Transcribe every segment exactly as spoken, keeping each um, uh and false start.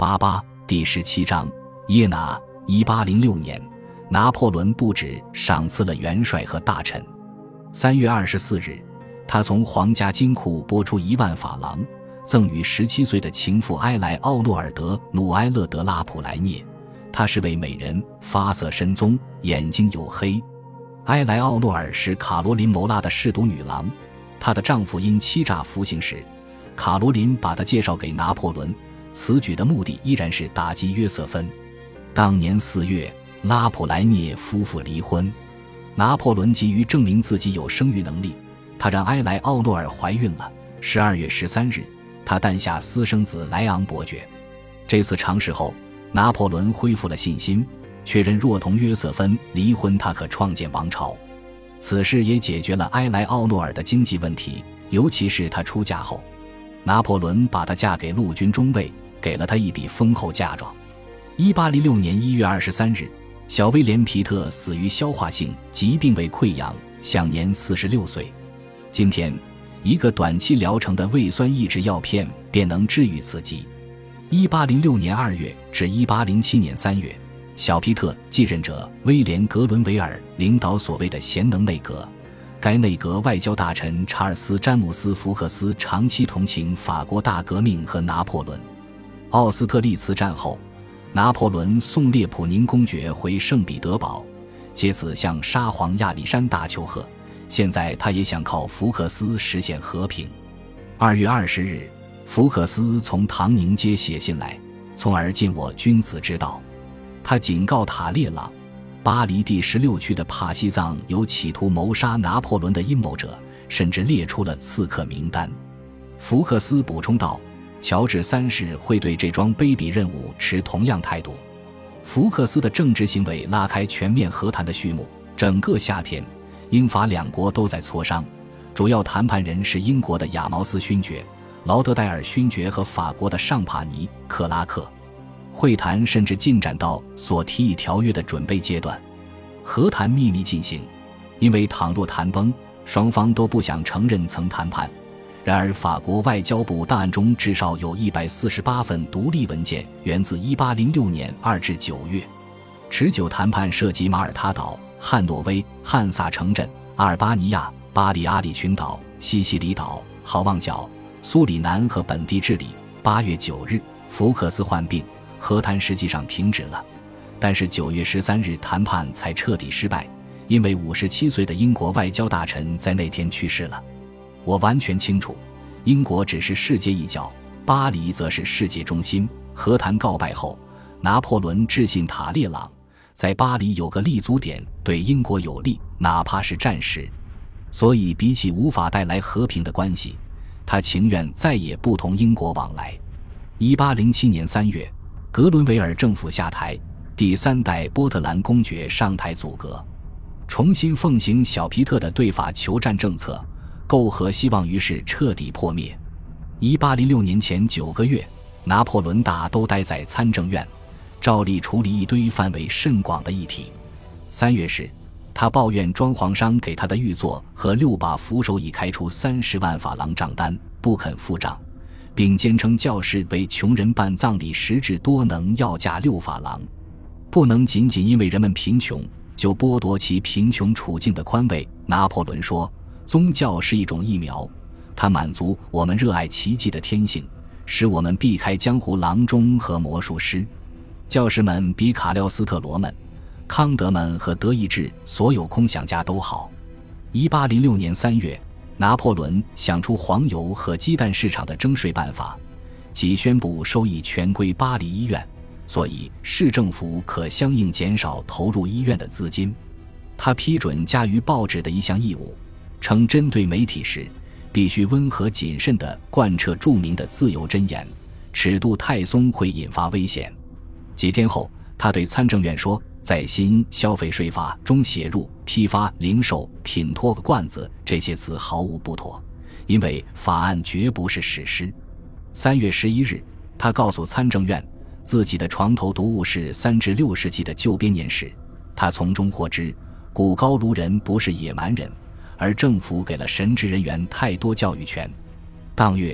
八八第十七章耶拿。一八零六年，拿破仑不止赏赐了元帅和大臣。三月二十四日，他从皇家金库拨出一万法郎，赠予十七岁的情妇埃莱奥诺尔德努埃勒德拉普莱涅。她是位美人，发色深棕，眼睛黝黑。埃莱奥诺尔是卡罗琳谋拉的侍读女郎，她的丈夫因欺诈服刑时，卡罗琳把她介绍给拿破仑，此举的目的依然是打击约瑟芬。当年四月，拉普莱涅夫妇离婚，拿破仑急于证明自己有生育能力，他让埃莱奥诺尔怀孕了。十二月十三日，他诞下私生子莱昂伯爵。这次尝试后，拿破仑恢复了信心，确认若同约瑟芬离婚，他可创建王朝。此事也解决了埃莱奥诺尔的经济问题，尤其是她出嫁后，拿破仑把她嫁给陆军中尉，给了她一笔丰厚嫁妆。一八零六年一月二十三日，小威廉皮特死于消化性疾病为溃疡，享年四十六岁。今天，一个短期疗程的胃酸抑制药片便能治愈此疾。一八零六年二月至一八零七年三月，小皮特继任者威廉·格伦维尔领导所谓的贤能内阁。该内阁外交大臣查尔斯·詹姆斯·福克斯长期同情法国大革命和拿破仑。奥斯特利茨战后，拿破仑送列普宁公爵回圣彼得堡，借此向沙皇亚历山大求和。现在他也想靠福克斯实现和平。二月二十日，福克斯从唐宁街写信来，从而尽我君子之道。他警告塔列朗，巴黎第十六区的帕西藏有企图谋杀拿破仑的阴谋者，甚至列出了刺客名单。福克斯补充道，乔治三世会对这桩卑鄙任务持同样态度。福克斯的政治行为拉开全面和谈的序幕。整个夏天，英法两国都在磋商，主要谈判人是英国的亚毛斯勋爵、劳德代尔勋爵和法国的尚帕尼克拉克。会谈甚至进展到所提议条约的准备阶段。和谈秘密进行，因为倘若谈崩，双方都不想承认曾谈判。然而法国外交部档案中至少有一百四十八份独立文件源自一八零六年二至九月。持久谈判涉及马耳他岛、汉诺威、汉萨城镇、阿尔巴尼亚、巴里阿里群岛、西西里岛、好望角、苏里南和本地治理。八月九日，福克斯患病，和谈实际上停止了。但是九月十三日谈判才彻底失败，因为五十七岁的英国外交大臣在那天去世了。我完全清楚，英国只是世界一角，巴黎则是世界中心。和谈告败后，拿破仑致信塔列朗，在巴黎有个立足点对英国有利，哪怕是暂时。所以比起无法带来和平的关系，他情愿再也不同英国往来。一八零七年三月，格伦维尔政府下台，第三代波特兰公爵上台阻隔，重新奉行小皮特的对法求战政策，媾和希望于是彻底破灭。一八零六年前九个月，拿破仑大都待在参政院，照例处理一堆范围甚广的议题。三月时，他抱怨装潢商给他的玉座和六把扶手椅开出三十万法郎账单，不肯付账，并坚称教士为穷人办葬礼时至多能要价六法郎，不能仅仅因为人们贫穷就剥夺其贫穷处境的宽慰。拿破仑说，宗教是一种疫苗，它满足我们热爱奇迹的天性，使我们避开江湖郎中和魔术师。教士们比卡廖斯特罗们、康德们和德意志所有空想家都好。一八零六年三月，拿破仑想出黄油和鸡蛋市场的征税办法，即宣布收益全归巴黎医院，所以市政府可相应减少投入医院的资金。他批准加于报纸的一项义务，称针对媒体时必须温和谨慎地贯彻著名的自由箴言，尺度太松会引发危险。几天后，他对参政院说，在新消费税法中写入批发、零售、品托、罐子这些词毫无不妥，因为法案绝不是史诗。三月十一日，他告诉参政院，自己的床头读物是三至六世纪的旧编年史。他从中获知，古高卢人不是野蛮人，而政府给了神职人员太多教育权。当月，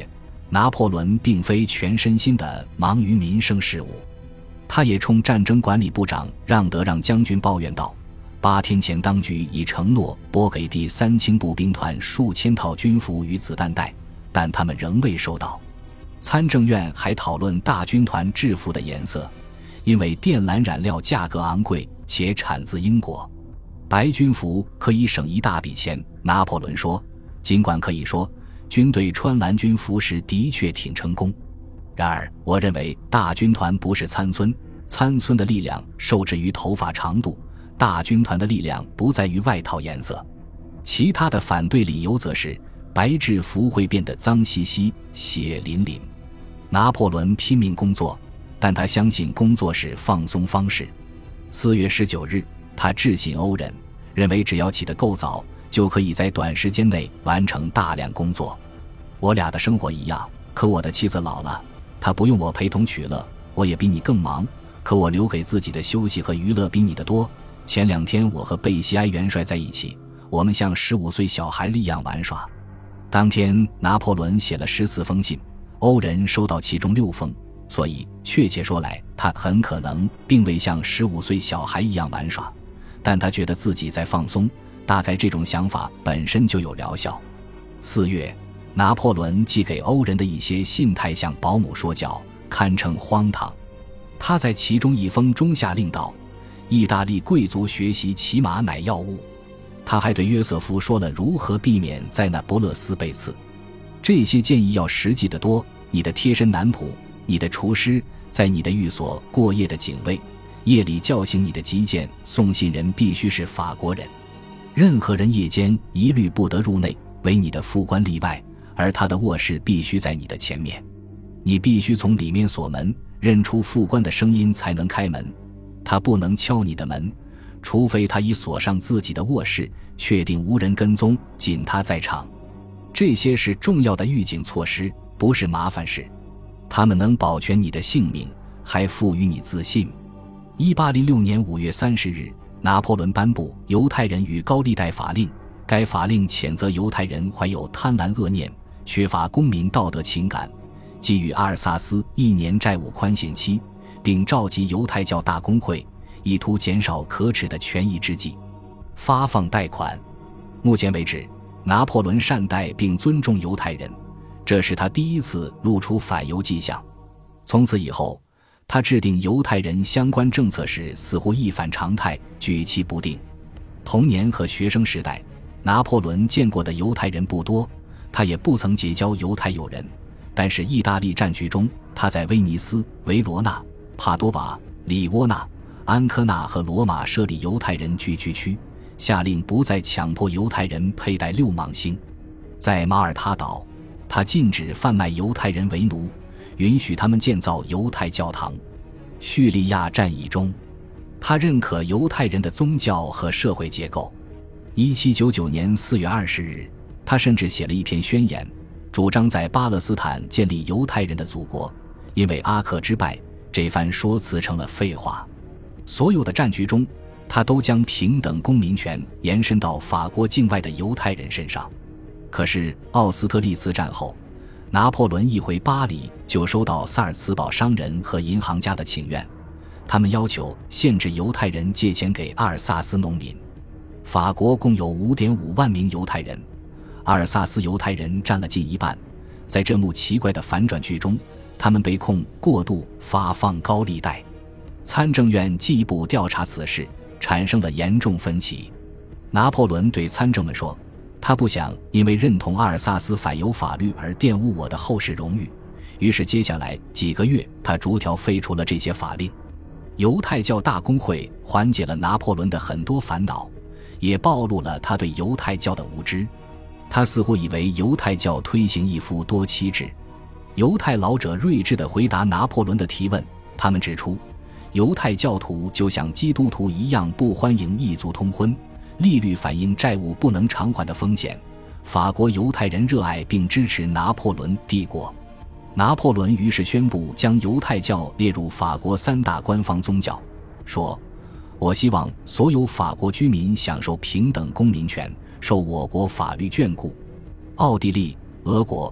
拿破仑并非全身心地忙于民生事务，他也冲战争管理部长让德让将军抱怨道，八天前当局已承诺拨给第三轻步兵团数千套军服与子弹袋，但他们仍未收到。参政院还讨论大军团制服的颜色，因为靛蓝染料价格昂贵且产自英国。白军服可以省一大笔钱，拿破仑说，尽管可以说军队穿蓝军服时的确挺成功，然而我认为大军团不是参孙，参孙的力量受制于头发长度，大军团的力量不在于外套颜色。其他的反对理由则是白制服会变得脏兮兮血淋淋。拿破仑拼命工作，但他相信工作是放松方式。四月十九日，他致信欧人，认为只要起得够早，就可以在短时间内完成大量工作。我俩的生活一样，可我的妻子老了，她不用我陪同取乐，我也比你更忙，可我留给自己的休息和娱乐比你的多。前两天我和贝西埃元帅在一起，我们像十五岁小孩一样玩耍。当天拿破仑写了十四封信，欧人收到其中六封，所以确切说来，他很可能并未像十五岁小孩一样玩耍，但他觉得自己在放松，大概这种想法本身就有疗效。四月，拿破仑寄给欧人的一些信态向保姆说教，堪称荒唐。他在其中一封中下令道，意大利贵族学习骑马乃要务。他还对约瑟夫说了如何避免在那不勒斯被刺。这些建议要实际得多，你的贴身男仆，你的厨师，在你的寓所过夜的警卫，夜里叫醒你的急件送信人必须是法国人，任何人夜间一律不得入内，唯你的副官例外，而他的卧室必须在你的前面。你必须从里面锁门，认出副官的声音才能开门，他不能敲你的门，除非他已锁上自己的卧室，确定无人跟踪，仅他在场。这些是重要的预警措施，不是麻烦事，他们能保全你的性命，还赋予你自信。一八零六年五月三十日，拿破仑颁布犹太人与高利贷法令，该法令谴责犹太人怀有贪婪恶念，缺乏公民道德情感，给予阿尔萨斯一年债务宽限期，并召集犹太教大公会，以图减少可耻的权宜之计。发放贷款。目前为止，拿破仑善待并尊重犹太人，这是他第一次露出反犹迹象。从此以后，他制定犹太人相关政策时似乎一反常态，举棋不定。童年和学生时代，拿破仑见过的犹太人不多，他也不曾结交犹太友人，但是意大利战局中，他在威尼斯、维罗纳、帕多瓦、里沃纳、安科纳和罗马设立犹太人聚居区，下令不再强迫犹太人佩戴六芒星。在马耳他岛，他禁止贩卖犹太人为奴，允许他们建造犹太教堂。叙利亚战役中，他认可犹太人的宗教和社会结构。一七九九年四月二十日，他甚至写了一篇宣言，主张在巴勒斯坦建立犹太人的祖国。因为阿克之败，这番说辞成了废话。所有的战局中，他都将平等公民权延伸到法国境外的犹太人身上。可是奥斯特利茨战后，拿破仑一回巴黎就收到萨尔茨堡商人和银行家的请愿，他们要求限制犹太人借钱给阿尔萨斯农民。法国共有 五点五万名犹太人，阿尔萨斯犹太人占了近一半。在这幕奇怪的反转剧中，他们被控过度发放高利贷。参政院进一步调查此事，产生了严重分歧。拿破仑对参政们说，他不想因为认同阿尔萨斯反犹法律而玷污我的后世荣誉。于是接下来几个月，他逐条废除了这些法令。犹太教大公会缓解了拿破仑的很多烦恼，也暴露了他对犹太教的无知。他似乎以为犹太教推行一夫多妻制。犹太老者睿智地回答拿破仑的提问，他们指出，犹太教徒就像基督徒一样不欢迎异族通婚，利率反映债务不能偿还的风险。法国犹太人热爱并支持拿破仑帝国。拿破仑于是宣布将犹太教列入法国三大官方宗教，说，我希望所有法国居民享受平等公民权，受我国法律眷顾。奥地利、俄国、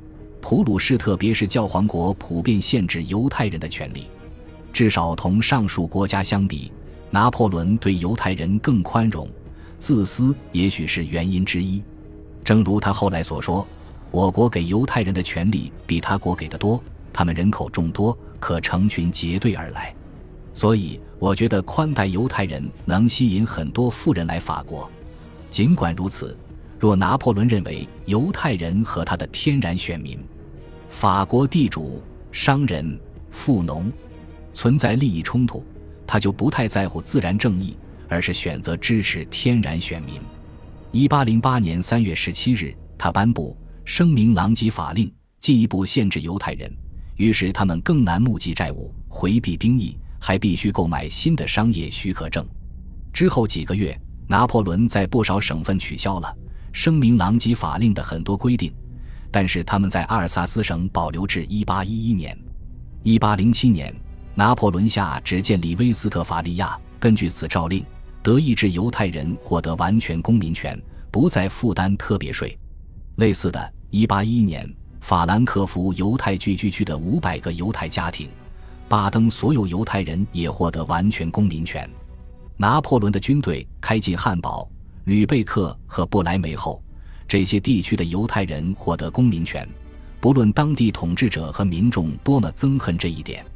普鲁士特别是教皇国普遍限制犹太人的权利。至少同上述国家相比，拿破仑对犹太人更宽容，自私也许是原因之一。正如他后来所说，我国给犹太人的权利比他国给的多，他们人口众多，可成群结队而来。所以我觉得宽待犹太人能吸引很多富人来法国。尽管如此，若拿破仑认为犹太人和他的天然选民法国地主、商人、富农存在利益冲突，他就不太在乎自然正义，而是选择支持天然选民。一八零八年三月十七日，他颁布声明狼藉法令，进一步限制犹太人，于是他们更难募集债务，回避兵役，还必须购买新的商业许可证。之后几个月，拿破仑在不少省份取消了声明狼藉法令的很多规定，但是他们在阿尔萨斯省保留至一八一一年。一八零七年，拿破仑下旨建立威斯特伐利亚，根据此诏令，德意志犹太人获得完全公民权，不再负担特别税。类似的，一八一一年，法兰克福犹太聚居区的五百个犹太家庭，巴登所有犹太人也获得完全公民权。拿破仑的军队开进汉堡、吕贝克和不来梅后，这些地区的犹太人获得公民权，不论当地统治者和民众多么憎恨这一点。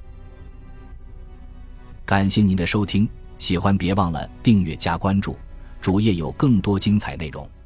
感谢您的收听，喜欢别忘了订阅加关注，主页有更多精彩内容。